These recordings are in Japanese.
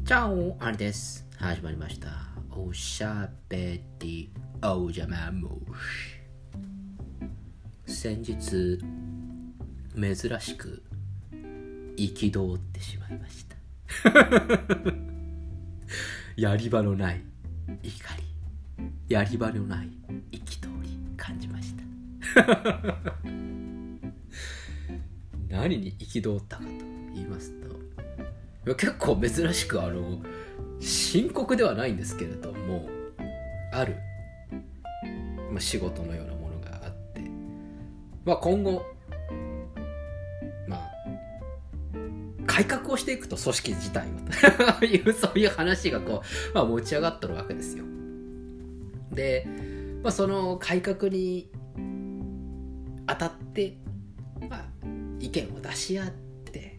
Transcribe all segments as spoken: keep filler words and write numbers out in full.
チャオあれです。始まりました。おしゃべりおじゃま虫。先日珍しく憤ってしまいました。やり場のない怒り、やり場のない憤り感じました。何に憤ったかと言いますと、結構珍しくあの深刻ではないんですけれども、ある、まあ、仕事のようなものがあって、まあ、今後まあ改革をしていくと組織自体をというそういう話がこう、まあ、持ち上がってるわけですよ。で、まあ、その改革にあたって、まあ、意見を出し合って、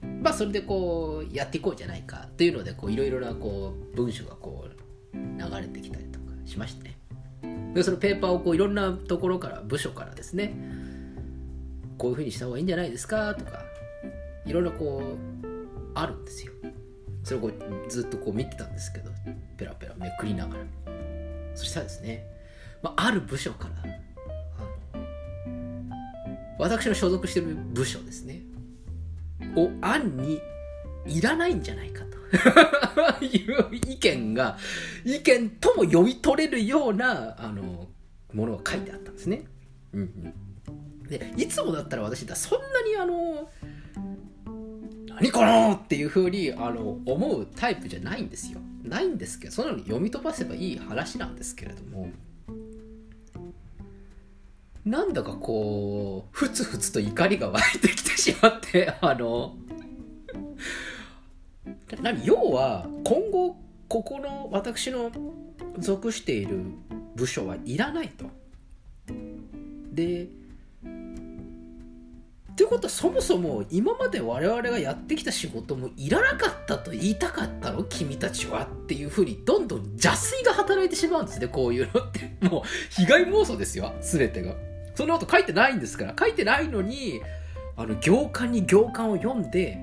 まあ、それでこうやっていこうじゃないかっていうので、こういろいろなこう文章がこう流れてきたりとかしましてね。でそのペーパーをこういろんなところから部署からですね、こういう風にした方がいいんじゃないですかとか、いろいろこうあるんですよ。それをこうずっとこう見てたんですけど、ペラペラめくりながら、そしたらですね、まあ、ある部署からあの私の所属している部署ですねを案にいらないんじゃないかという意見が意見とも読み取れるようなあのものが書いてあったんですね。うんうん、でいつもだったら私だそんなにあの何かなっていう風にあの思うタイプじゃないんですよ。ないんですけど、そのように読み飛ばせばいい話なんですけれども、なんだかこうふつふつと怒りが湧いてきてしまって、あの何要は今後ここの私の属している部署はいらないと。でということは、そもそも今まで我々がやってきた仕事もいらなかったと言いたかったの君たちはっていうふうにどんどん邪推が働いてしまうんですね。こういうのってもう被害妄想ですよ、全てが。そんなこと書いてないんですから。書いてないのにあの行間に行間を読んで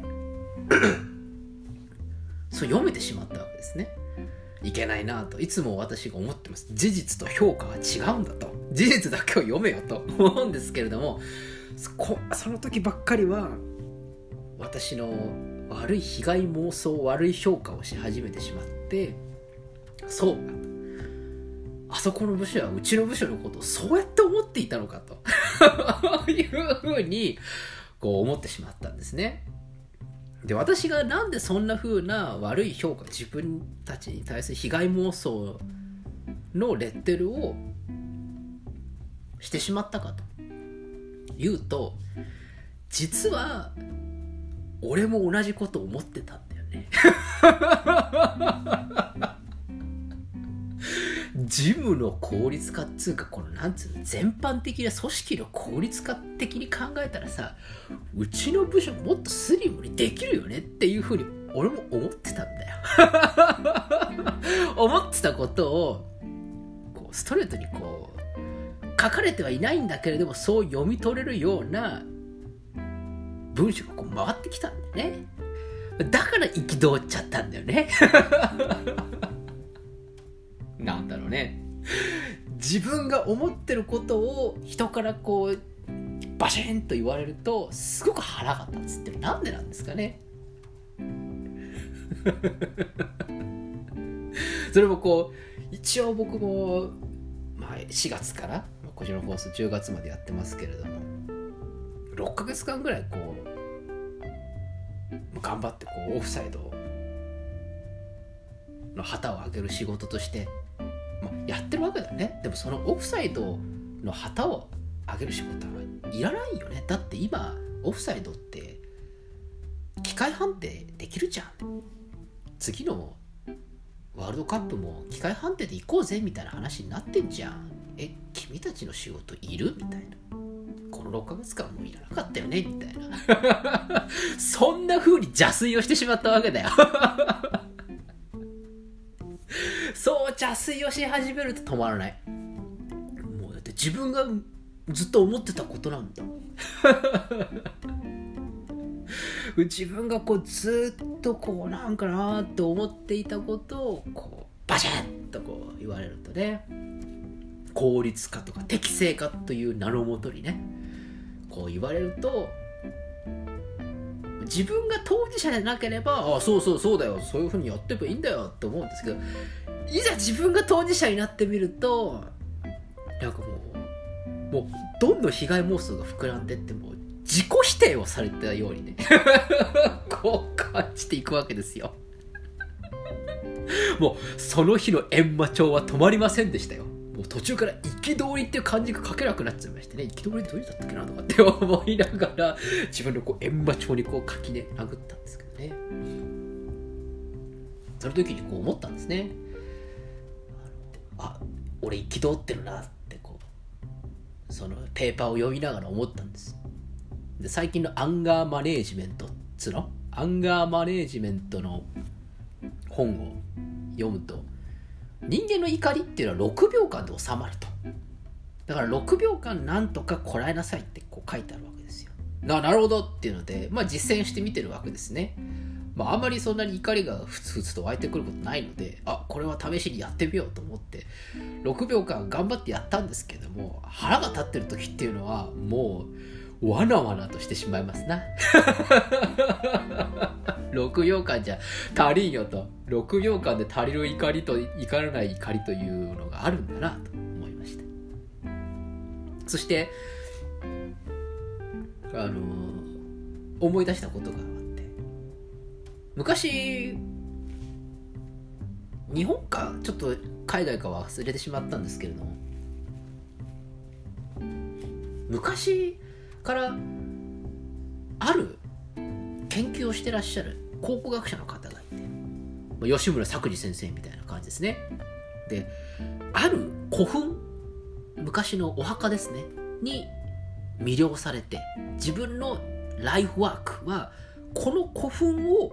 そう読めてしまったわけですね。いけないなといつも私が思ってます。事実と評価は違うんだと、事実だけを読めよと思うんですけれども、その時ばっかりは私の悪い被害妄想、悪い評価をし始めてしまって、そうか、あそこの部署はうちの部署のことをそうやって思っていたのかというふうにこう思ってしまったんですね。で、私がなんでそんな風な悪い評価、自分たちに対する被害妄想のレッテルをしてしまったかと言うと、実は俺も同じことを思ってたんだよね。事務の効率化っつうか、このなんつうの、全般的な組織の効率化的に考えたらさ、うちの部署もっとスリムにできるよねっていうふうに俺も思ってたんだよ。思ってたことをこうストレートにこう書かれてはいないんだけれども、そう読み取れるような文章がこう回ってきたんだよね。だから憤っちゃったんだよね。なんだろうね、自分が思ってることを人からこうバシーンと言われるとすごく腹が立つってなんでなんですかね。それもこう一応僕も、まあ、しがつからこちらの放送じゅうがつまでやってますけれども、ろっかげつかんぐらいこう頑張ってこうオフサイドの旗を上げる仕事として、まあ、やってるわけだよね。でもそのオフサイドの旗を上げる仕事はいらないよね。だって今オフサイドって機械判定できるじゃん。次のワールドカップも機械判定で行こうぜみたいな話になってんじゃん。え、君たちの仕事いるみたいな。このろっかげつかんもういらなかったよねみたいな。そんな風に邪推をしてしまったわけだよ。そう邪推をし始めると止まらない。もうだって自分がずっと思ってたことなんだ。 自分がこうずっとこうなんかなって思っていたことをこうバシッとこう言われるとね、効率化とか適正化という名のもとにねこう言われると、自分が当事者じゃなければ、あそうそうそうだよ、そういう風にやってもいいんだよって思うんですけど、いざ自分が当事者になってみると、なんかもうもうどんどん被害妄想が膨らんでって、もう自己否定をされたようにねこう感じていくわけですよ。もうその日の閻魔帳は止まりませんでしたよ。もう途中から憤りっていう漢字が書けなくなっちゃいましてね、憤りどういうだったっけなとかって思いながら自分のこう閻魔帳にこう書きね殴ったんですけどね。その時にこう思ったんですね。あ、俺憤ってるなってこうそのペーパーを読みながら思ったんです。で最近のアンガーマネージメントっつうのアンガーマネージメントの本を読むと、人間の怒りっていうのはろくびょうかんで収まると。だからろくびょうかんなんとかこらえなさいってこう書いてあるわけですよ。な, なるほどっていうので、まあ、実践してみてるわけですね。まあ、あんまりそんなに怒りがふつふつと湧いてくることないので、あこれは試しにやってみようと思ってろくびょうかん頑張ってやったんですけども、腹が立ってる時っていうのはもうわなわなとしてしまいますなろくびょうかんじゃ足りんよと、ろくびょうかんで足りる怒りと怒らない怒りというのがあるんだなと思いました。そしてあのー、思い出したことがあって、昔日本かちょっと海外かは忘れてしまったんですけれども、昔からある研究をしてらっしゃる考古学者の方がいて、吉村作治先生みたいな感じですね。で、ある古墳、昔のお墓ですねに魅了されて、自分のライフワークはこの古墳を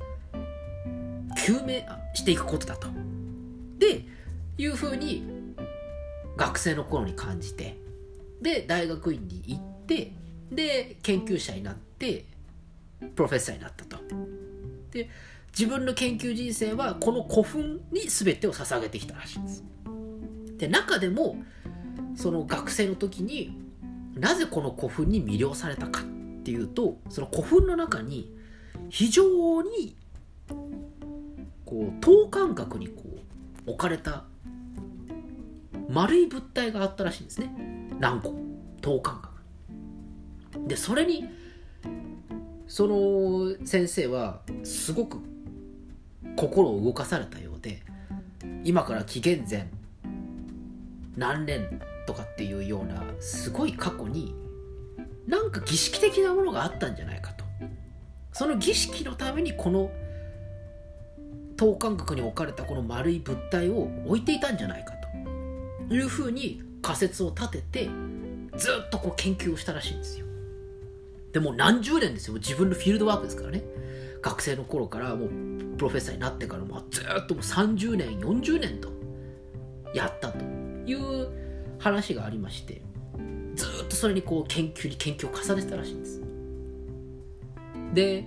究明していくことだとでいうふうに学生の頃に感じて、で大学院に行って、で研究者になってプロフェッサーになったと。で自分の研究人生はこの古墳に全てを捧げてきたらしいんです。で中でもその学生の時になぜこの古墳に魅了されたかっていうと、その古墳の中に非常にこう等間隔にこう置かれた丸い物体があったらしいんですね。何個等間隔で、それにその先生はすごく心を動かされたようで、今から紀元前何年とかっていうようなすごい過去になんか儀式的なものがあったんじゃないかと。その儀式のためにこの等間隔に置かれたこの丸い物体を置いていたんじゃないかというふうに仮説を立てて、ずっとこう研究をしたらしいんですよ。でもう何十年ですよ。自分のフィールドワークですからね。学生の頃からもうプロフェッサーになってからもずっともうさんじゅうねんよんじゅうねんとやったという話がありまして、ずっとそれにこう研究に研究を重ねてたらしいんです。で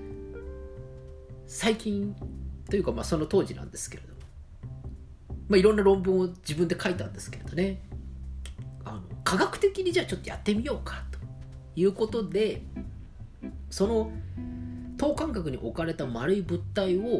最近というか、まあその当時なんですけれども、まあ、いろんな論文を自分で書いたんですけれどね、あの科学的にじゃあちょっとやってみようかということで、その等間隔に置かれた丸い物体を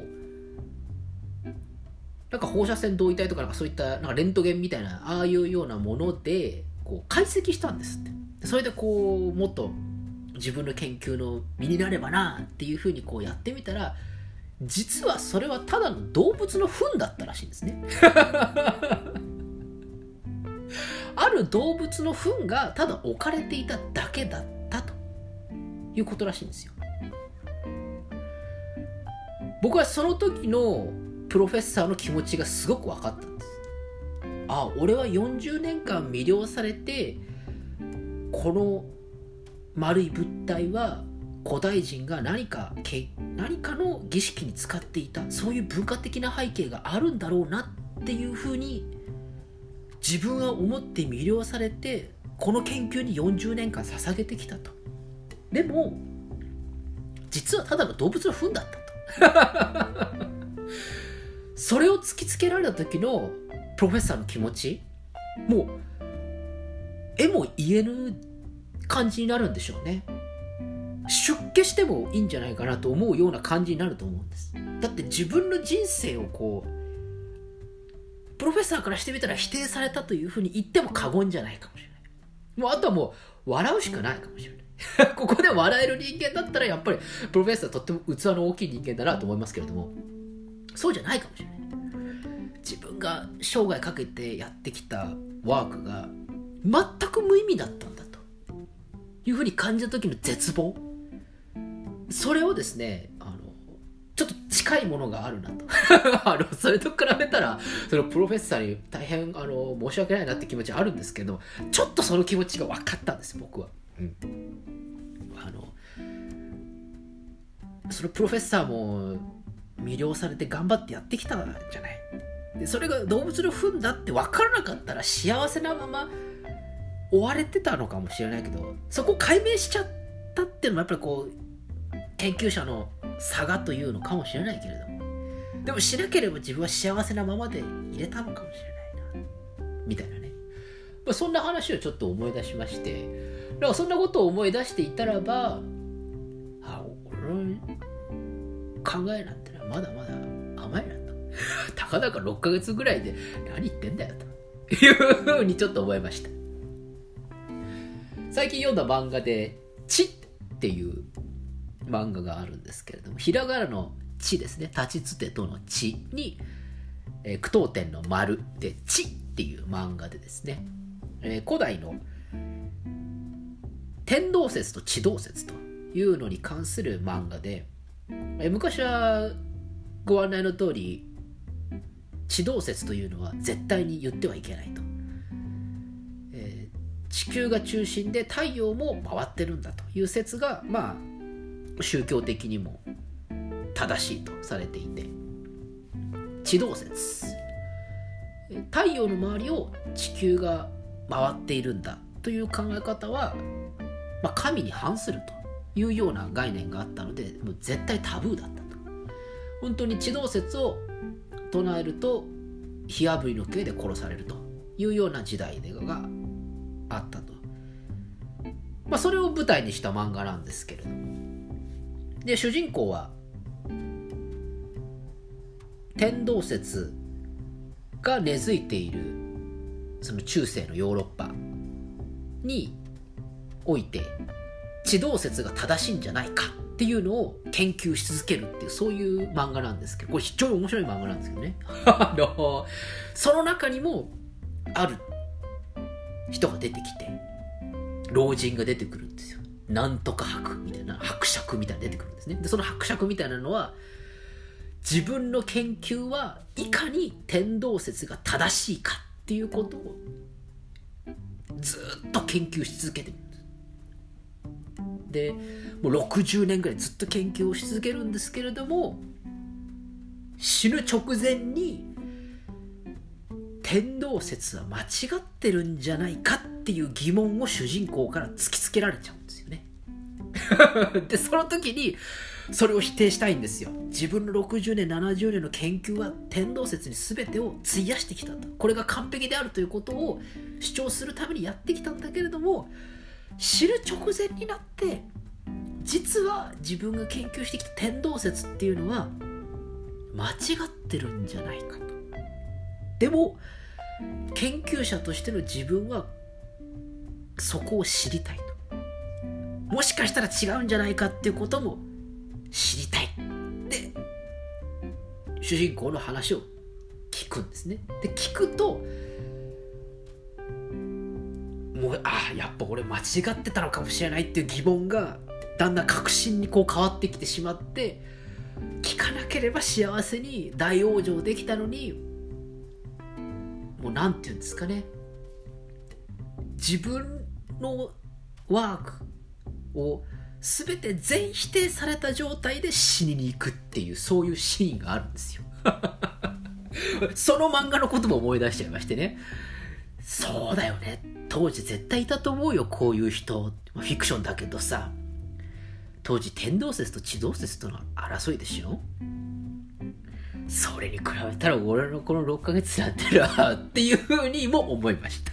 なんか放射線同位体とか、 なんかそういったなんかレントゲンみたいなああいうようなものでこう解析したんですって。それでこうもっと自分の研究の身になればなっていうふうにこうやってみたら、実はそれはただの動物の糞だったらしいんですねある動物の糞がただ置かれていただけだったということらしいんですよ。僕はその時のプロフェッサーの気持ちがすごく分かったんです。あ、俺はよんじゅうねんかん魅了されて、この丸い物体は古代人が何か何かの儀式に使っていた、そういう文化的な背景があるんだろうなっていうふうに自分は思って魅了されて、この研究によんじゅうねんかん捧げてきたと。でも実はただの動物の糞だったとそれを突きつけられた時のプロフェッサーの気持ち、もう絵も言えぬ感じになるんでしょうね。出家してもいいんじゃないかなと思うような感じになると思うんです。だって自分の人生をこうプロフェッサーからしてみたら否定されたというふうに言っても過言じゃないかもしれない。もうあとはもう笑うしかないかもしれないここで笑える人間だったらやっぱりプロフェッサーとっても器の大きい人間だなと思いますけれども、そうじゃないかもしれない。自分が生涯かけてやってきたワークが全く無意味だったんだというふうに感じた時の絶望、それをですね、あのちょっと近いものがあるなとあのそれと比べたらそのプロフェッサーに大変あの申し訳ないなって気持ちあるんですけど、ちょっとその気持ちが分かったんです僕は、うん、あのそのプロフェッサーも魅了されて頑張ってやってきたんじゃない。でそれが動物の糞だって分からなかったら幸せなまま追われてたのかもしれないけど、そこを解明しちゃったっていうのもやっぱりこう研究者の差がというのかもしれないけれども、でもしなければ自分は幸せなままで入れたのかもしれないなみたいなね、まあ、そんな話をちょっと思い出しまして、だからそんなことを思い出していたらば、あ、俺の考えなんてのはまだまだ甘いなとたかだかろっかげつぐらいで何言ってんだよというふうにちょっと思いました。最近読んだ漫画で地っていう漫画があるんですけれども、ひらがなの地ですね、立ちつてとの地に、えー、句読点の丸で地っていう漫画でですね、えー、古代の天動説と地動説というのに関する漫画で、えー、昔はご案内の通り地動説というのは絶対に言ってはいけないと、えー、地球が中心で太陽も回ってるんだという説がまあ宗教的にも正しいとされていて、地動説、太陽の周りを地球が回っているんだという考え方は、まあ、神に反するというような概念があったので、もう絶対タブーだったと。本当に地動説を唱えると火あぶりの刑で殺されるというような時代があったと、まあ、それを舞台にした漫画なんですけれども、で主人公は天動説が根付いているその中世のヨーロッパにおいて地動説が正しいんじゃないかっていうのを研究し続けるっていう、そういう漫画なんですけど、これ非常に面白い漫画なんですけどねあのその中にもある人が出てきて、老人が出てくるんですよ。なんとか伯みたいな、伯爵みたいなの出てくるんですね。でその伯爵みたいなのは自分の研究はいかに天動説が正しいかっていうことをずっと研究し続けてるんです。でもうろくじゅうねんぐらいずっと研究をし続けるんですけれども、死ぬ直前に天動説は間違ってるんじゃないかっていう疑問を主人公から突きつけられちゃうんですよねでその時にそれを否定したいんですよ。自分のろくじゅうねんななじゅうねんの研究は天動説に全てを費やしてきたんだ、これが完璧であるということを主張するためにやってきたんだけれども、死ぬ直前になって実は自分が研究してきた天動説っていうのは間違ってるんじゃないかと。でも研究者としての自分はそこを知りたいと、もしかしたら違うんじゃないかっていうことも知りたいで主人公の話を聞くんですね。で聞くともうああやっぱ俺間違ってたのかもしれないっていう疑問がだんだん確信にこう変わってきてしまって、聞かなければ幸せに大往生できたのに、もうなんていうんですかね、自分のワークを全て全否定された状態で死にに行くっていう、そういうシーンがあるんですよその漫画のことも思い出しちゃいましてね、そうだよね、当時絶対いたと思うよこういう人、フィクションだけどさ、 当時天動説と地動説との争いでしょ。それに比べたら俺のこのろっかげつやってるわっていうふうにも思いました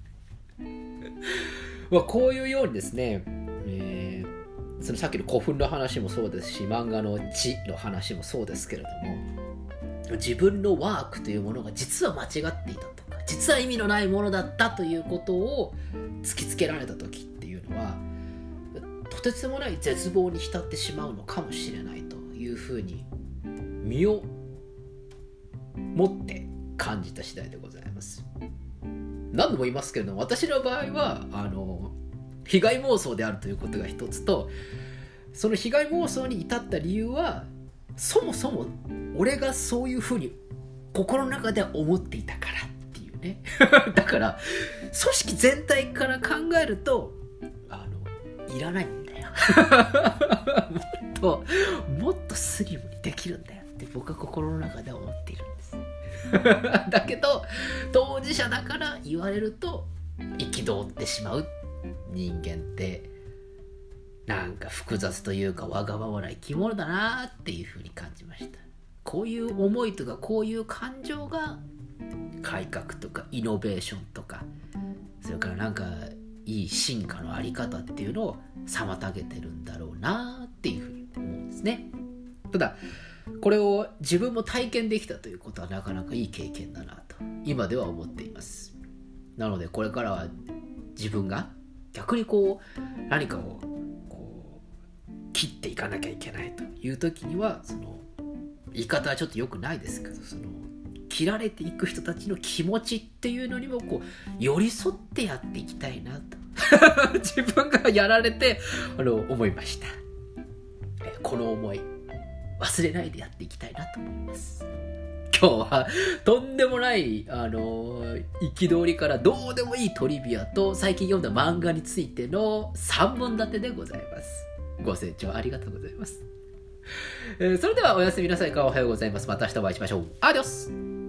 まあこういうようにですね、えー、そのさっきの古墳の話もそうですし、漫画の地の話もそうですけれども、自分のワークというものが実は間違っていたとか、実は意味のないものだったということを突きつけられた時っていうのは、とてつもない絶望に浸ってしまうのかもしれないというふうに身を持って感じた次第でございます。何度も言いますけれども、私の場合はあの被害妄想であるということが一つと、その被害妄想に至った理由はそもそも俺がそういうふうに心の中では思っていたからっていうねだから組織全体から考えるとあのいらないんだよもっともっとスリムにできるんだよって僕は心の中では思っているんですだけど当事者だから言われると憤ってしまう。人間ってなんか複雑というかわがままな生き物だなっていうふうに感じました。こういう思いとかこういう感情が改革とかイノベーションとか、それからなんかいい進化のあり方っていうのを妨げてるんだろうなっていうふうに思うんですね。ただこれを自分も体験できたということはなかなかいい経験だなと今では思っています。なのでこれからは自分が逆にこう何かをこう切っていかなきゃいけないという時には、その言い方はちょっと良くないですけど、その切られていく人たちの気持ちっていうのにもこう寄り添ってやっていきたいなと自分がやられてあの思いました。この思い忘れないでやっていきたいなと思います。今日はとんでもないあの憤りからどうでもいいトリビアと最近読んだ漫画についてのさんぼん立てでございます。ご清聴ありがとうございます。えー、それではおやすみなさいか、おはようございます。また明日お会いしましょう。アディオス。